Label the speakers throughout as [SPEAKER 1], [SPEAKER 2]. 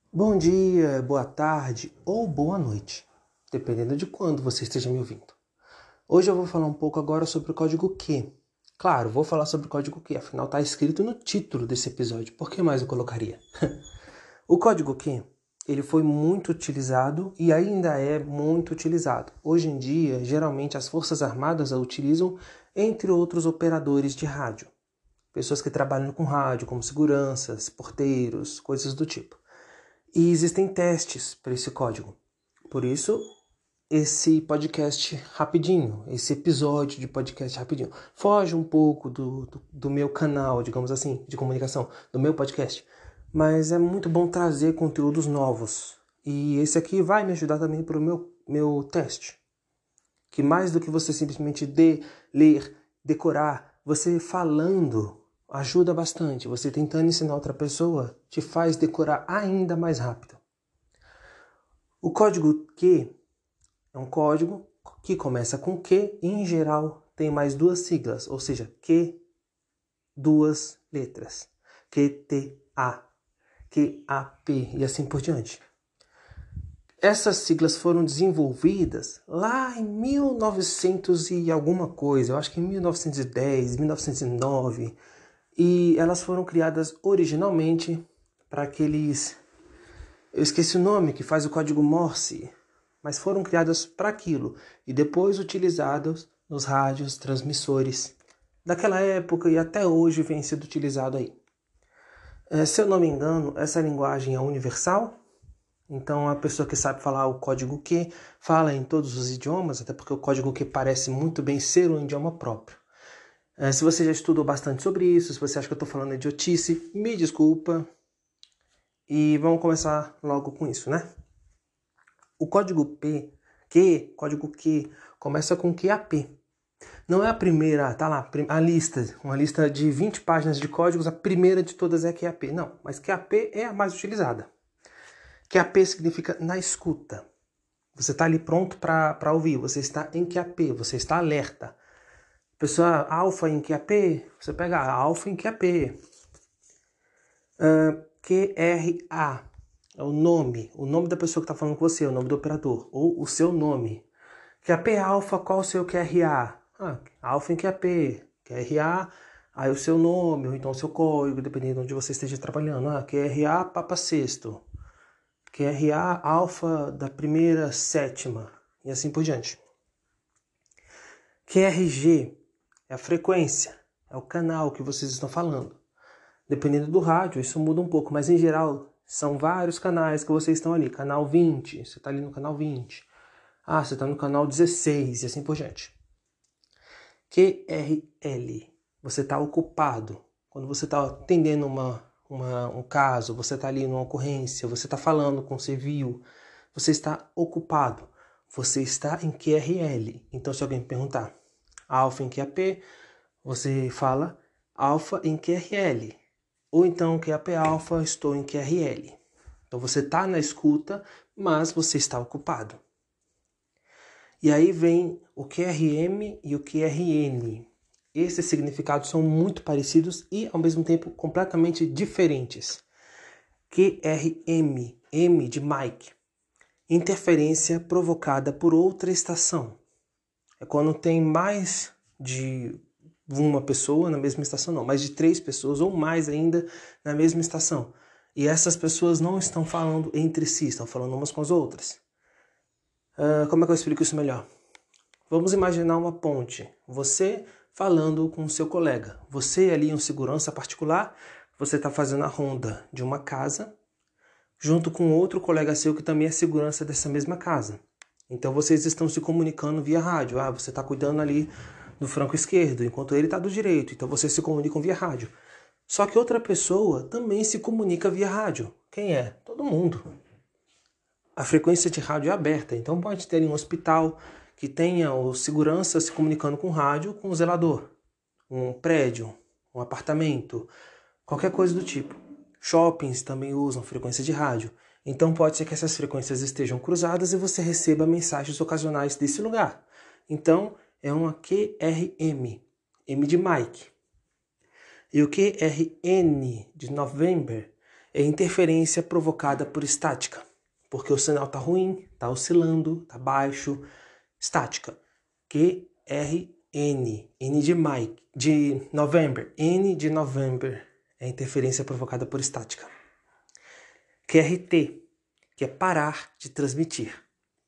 [SPEAKER 1] Bom dia, boa tarde ou boa noite, dependendo de quando você esteja me ouvindo. Hoje eu vou falar um pouco agora sobre o código Q. Claro, vou falar sobre o código Q, afinal está escrito no título desse episódio, por que mais eu colocaria? O código Q, ele foi muito utilizado e ainda é muito utilizado. Hoje em dia, geralmente as Forças Armadas a utilizam, entre outros operadores de rádio. Pessoas que trabalham com rádio, como seguranças, porteiros, coisas do tipo. E existem testes para esse código. Por isso, esse podcast rapidinho, esse episódio de podcast rapidinho, foge um pouco do meu canal, digamos assim, de comunicação, do meu podcast. Mas é muito bom trazer conteúdos novos. E esse aqui vai me ajudar também para o meu teste. Que mais do que você simplesmente ler, decorar, você falando ajuda bastante. Você tentando ensinar outra pessoa te faz decorar ainda mais rápido. O código Q é um código que começa com Q e, em geral, tem mais duas siglas, ou seja, Q, duas letras. QTA, QAP e assim por diante. Essas siglas foram desenvolvidas lá em 1900 e alguma coisa, eu acho que em 1910, 1909, e elas foram criadas originalmente para aqueles... Eu esqueci o nome, que faz o código Morse, mas foram criadas para aquilo e depois utilizadas nos rádios transmissores daquela época e até hoje vem sendo utilizado aí. Se eu não me engano, essa linguagem é universal, então a pessoa que sabe falar o código Q fala em todos os idiomas, até porque o código Q parece muito bem ser um idioma próprio. Se você já estudou bastante sobre isso, se você acha que eu estou falando idiotice, me desculpa. E vamos começar logo com isso, né? O código código Q, começa com QAP. Não é a primeira, tá lá, uma lista de 20 páginas de códigos, a primeira de todas é QAP. Não, mas QAP é a mais utilizada. QAP significa na escuta. Você está ali pronto para ouvir, você está em QAP, você está alerta. Pessoa alfa em QAP, você pega alfa em QAP. QRA é o nome da pessoa que está falando com você, o nome do operador, ou o seu nome. QAP alfa, qual o seu QRA? Alfa em QAP, QRA, aí o seu nome, ou então o seu código, dependendo de onde você esteja trabalhando. QRA Papa Sexto, QRA alfa da primeira sétima, e assim por diante. QRG é a frequência, é o canal que vocês estão falando. Dependendo do rádio, isso muda um pouco, mas em geral são vários canais que vocês estão ali. Canal 20, você está ali no canal 20. Você está no canal 16 e assim por diante. QRL, você está ocupado. Quando você está atendendo um caso, você está ali numa ocorrência, você está falando com o civil, você está ocupado. Você está em QRL. Então, se alguém perguntar alfa em QAP, você fala alfa em QRL. Ou então QAP alfa, estou em QRL. Então você está na escuta, mas você está ocupado. E aí vem o QRM e o QRN. Esses significados são muito parecidos e, ao mesmo tempo, completamente diferentes. QRM, M de Mike. Interferência provocada por outra estação. É quando tem mais de uma pessoa na mesma estação, não, mais de 3 pessoas ou mais ainda na mesma estação. E essas pessoas não estão falando entre si, estão falando umas com as outras. Como é que eu explico isso melhor? Vamos imaginar uma ponte. Você falando com o seu colega. Você ali, um segurança particular, você está fazendo a ronda de uma casa, junto com outro colega seu que também é segurança dessa mesma casa. Então vocês estão se comunicando via rádio. Você está cuidando ali do flanco esquerdo, enquanto ele está do direito. Então vocês se comunicam via rádio. Só que outra pessoa também se comunica via rádio. Quem é? Todo mundo. A frequência de rádio é aberta. Então pode ter um hospital que tenha o segurança se comunicando com rádio com o zelador. Um prédio, um apartamento, qualquer coisa do tipo. Shoppings também usam frequência de rádio. Então pode ser que essas frequências estejam cruzadas e você receba mensagens ocasionais desse lugar. Então é uma QRM, M de Mike. E o QRN de November é interferência provocada por estática, porque o sinal está ruim, está oscilando, está baixo. Estática. QRN, N de November, N de November, é interferência provocada por estática. QRT, que é parar de transmitir.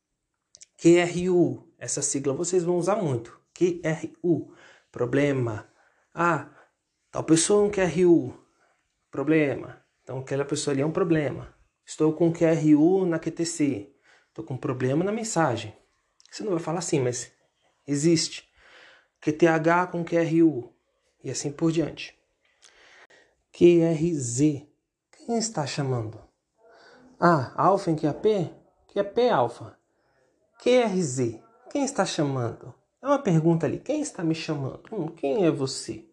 [SPEAKER 1] QRU, essa sigla vocês vão usar muito. QRU, problema. Tal pessoa é um QRU, problema. Então aquela pessoa ali é um problema. Estou com QRU na QTC, estou com problema na mensagem. Você não vai falar assim, mas existe. QTH com QRU e assim por diante. QRZ, quem está chamando? Alfa em QAP? QAP alfa. QRZ, quem está chamando? É uma pergunta ali, quem está me chamando? Quem é você?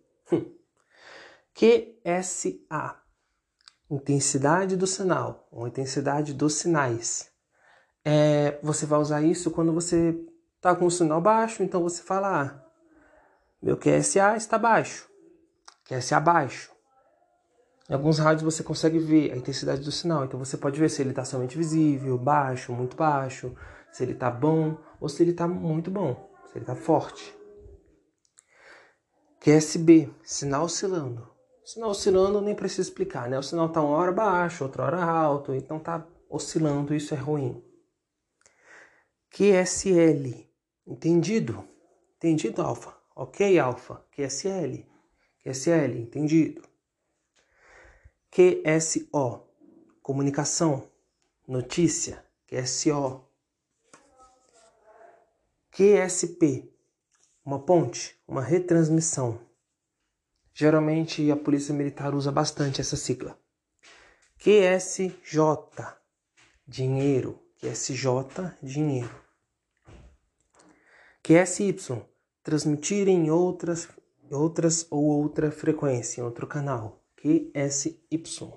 [SPEAKER 1] QSA, intensidade do sinal, ou intensidade dos sinais. Você vai usar isso quando você está com o sinal baixo, então você fala, meu QSA está baixo, QSA baixo. Em alguns rádios você consegue ver a intensidade do sinal, então você pode ver se ele está somente visível, baixo, muito baixo, se ele está bom ou se ele está muito bom, se ele está forte. QSB, sinal oscilando. Sinal oscilando nem preciso explicar, né? O sinal está uma hora baixo, outra hora alto, então está oscilando, isso é ruim. QSL, entendido? Entendido, alfa? Ok, alfa. QSL, entendido. QSO, comunicação, notícia, QSO. QSP, uma ponte, uma retransmissão. Geralmente a polícia militar usa bastante essa sigla. QSJ, dinheiro. QSJ, dinheiro. QSY, transmitir em outras ou outra frequência, em outro canal. QSY.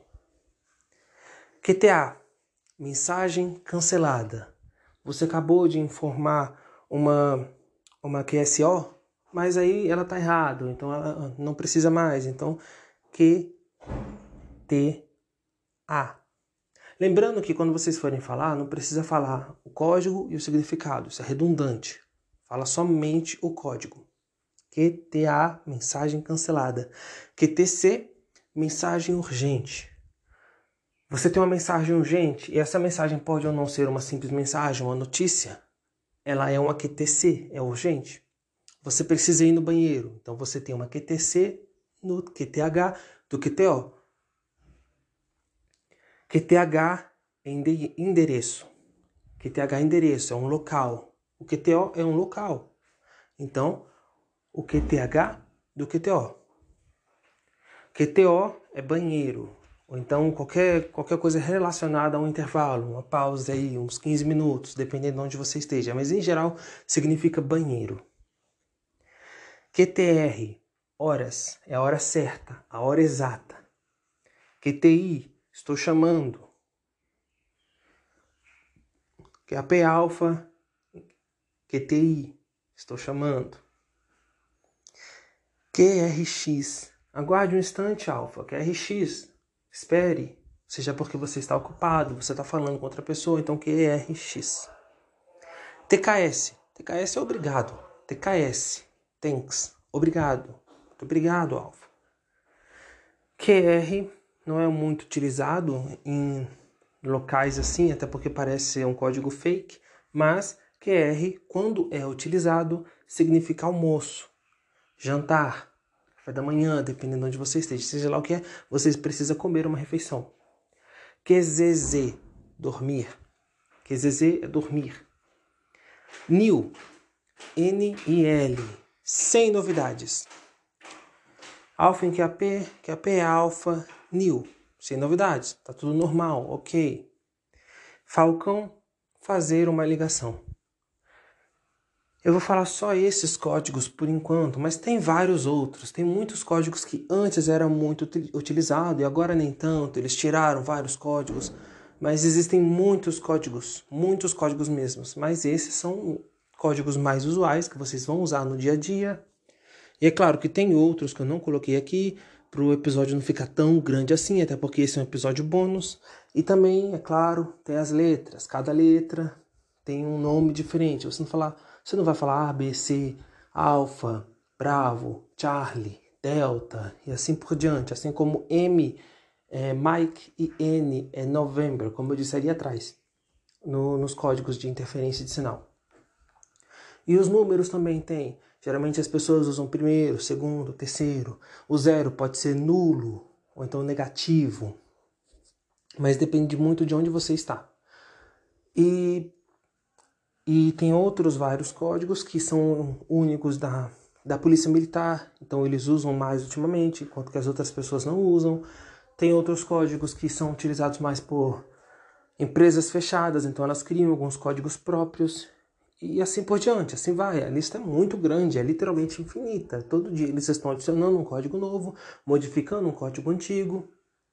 [SPEAKER 1] QTA, mensagem cancelada. Você acabou de informar uma QSO, mas aí ela está errada, então ela não precisa mais. Então, QTA. Lembrando que quando vocês forem falar, não precisa falar o código e o significado, isso é redundante. Fala somente o código. QTA, mensagem cancelada. QTC, mensagem urgente. Você tem uma mensagem urgente e essa mensagem pode ou não ser uma simples mensagem, uma notícia. Ela é uma QTC, é urgente. Você precisa ir no banheiro, então você tem uma QTC no QTH do QTO. QTH é endereço. QTH é endereço, é um local. O QTO é um local. Então, o QTH do QTO. QTO é banheiro. Ou então qualquer coisa relacionada a um intervalo, uma pausa aí, uns 15 minutos, dependendo de onde você esteja. Mas em geral significa banheiro. QTR, horas, é a hora certa, a hora exata. QTI, estou chamando. QAP alfa, QTI, estou chamando. QRX, aguarde um instante, alfa. QRX, espere, seja porque você está ocupado, você está falando com outra pessoa, então QRX. TKS, TKS é obrigado. TKS, thanks, obrigado. Muito obrigado, alfa. QR não é muito utilizado em locais assim, até porque parece ser um código fake, mas QR, quando é utilizado, significa almoço, jantar, café da manhã, dependendo de onde você esteja. Seja lá o que é, você precisa comer uma refeição. QZZ, dormir. QZZ é dormir. NIL, N-I-L, sem novidades. Alfa em QAP, QAP é alfa, NIL, sem novidades, tá tudo normal, ok. Falcão, fazer uma ligação. Eu vou falar só esses códigos por enquanto, mas tem vários outros. Tem muitos códigos que antes eram muito utilizados e agora nem tanto. Eles tiraram vários códigos, mas existem muitos códigos mesmos. Mas esses são códigos mais usuais que vocês vão usar no dia a dia. E é claro que tem outros que eu não coloquei aqui, para o episódio não ficar tão grande assim, até porque esse é um episódio bônus. E também, é claro, tem as letras. Cada letra tem um nome diferente. Você não vai falar A, B, C, Alfa, Bravo, Charlie, Delta e assim por diante. Assim como M é Mike e N é November, como eu disse ali atrás, nos códigos de interferência de sinal. E os números também tem. Geralmente as pessoas usam primeiro, segundo, terceiro. O 0 pode ser nulo ou então negativo. Mas depende muito de onde você está. E tem outros vários códigos que são únicos da Polícia Militar. Então eles usam mais ultimamente, enquanto que as outras pessoas não usam. Tem outros códigos que são utilizados mais por empresas fechadas. Então elas criam alguns códigos próprios. E assim por diante, assim vai. A lista é muito grande, é literalmente infinita. Todo dia eles estão adicionando um código novo, modificando um código antigo,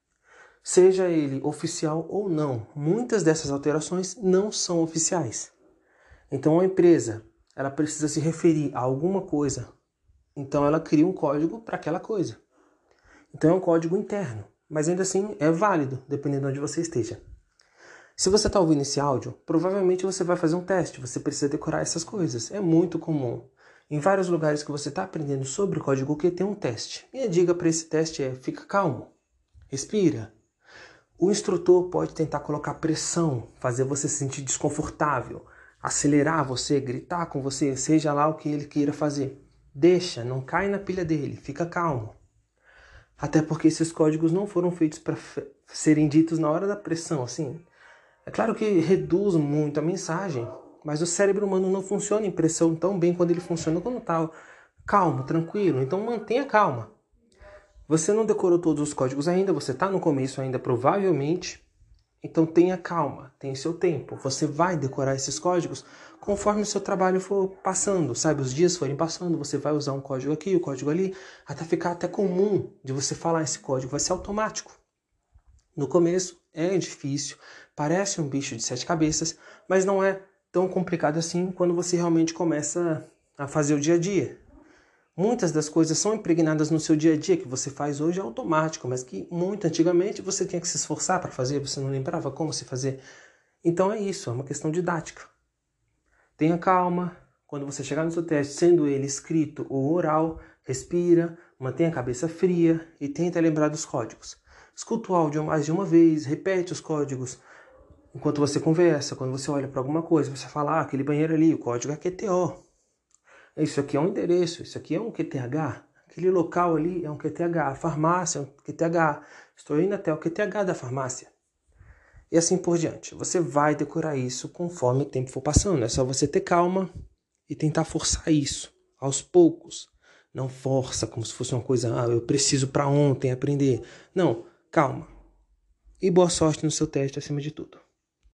[SPEAKER 1] seja ele oficial ou não. Muitas dessas alterações não são oficiais. Então a empresa, ela precisa se referir a alguma coisa, então ela cria um código para aquela coisa. Então é um código interno, mas ainda assim é válido, dependendo de onde você esteja. Se você está ouvindo esse áudio, provavelmente você vai fazer um teste, você precisa decorar essas coisas. É muito comum. Em vários lugares que você está aprendendo sobre o código Q tem um teste. Minha dica para esse teste é: fica calmo, respira. O instrutor pode tentar colocar pressão, fazer você se sentir desconfortável, acelerar você, gritar com você, seja lá o que ele queira fazer. Deixa, não cai na pilha dele, fica calmo. Até porque esses códigos não foram feitos para serem ditos na hora da pressão, assim. É claro que reduz muito a mensagem, mas o cérebro humano não funciona em pressão tão bem quando ele funciona quando está calmo, tranquilo. Então mantenha calma. Você não decorou todos os códigos ainda, você está no começo ainda provavelmente, então tenha calma, tenha seu tempo. Você vai decorar esses códigos conforme o seu trabalho for passando, sabe? Os dias forem passando, você vai usar um código aqui, um código ali, até ficar até comum de você falar esse código, vai ser automático. No começo é difícil, parece um bicho de 7 cabeças, mas não é tão complicado assim quando você realmente começa a fazer o dia a dia. Muitas das coisas são impregnadas no seu dia a dia, que você faz hoje é automático, mas que muito antigamente você tinha que se esforçar para fazer, você não lembrava como se fazer. Então é isso, é uma questão didática. Tenha calma, quando você chegar no seu teste, sendo ele escrito ou oral, respira, mantenha a cabeça fria e tenta lembrar dos códigos. Escuta o áudio mais de uma vez, repete os códigos enquanto você conversa, quando você olha para alguma coisa, você fala, aquele banheiro ali, o código é QTO. Isso aqui é um endereço, isso aqui é um QTH. Aquele local ali é um QTH, a farmácia é um QTH. Estou indo até o QTH da farmácia. E assim por diante. Você vai decorar isso conforme o tempo for passando. É só você ter calma e tentar forçar isso aos poucos. Não força como se fosse uma coisa, eu preciso para ontem aprender. Não, calma. E boa sorte no seu teste acima de tudo.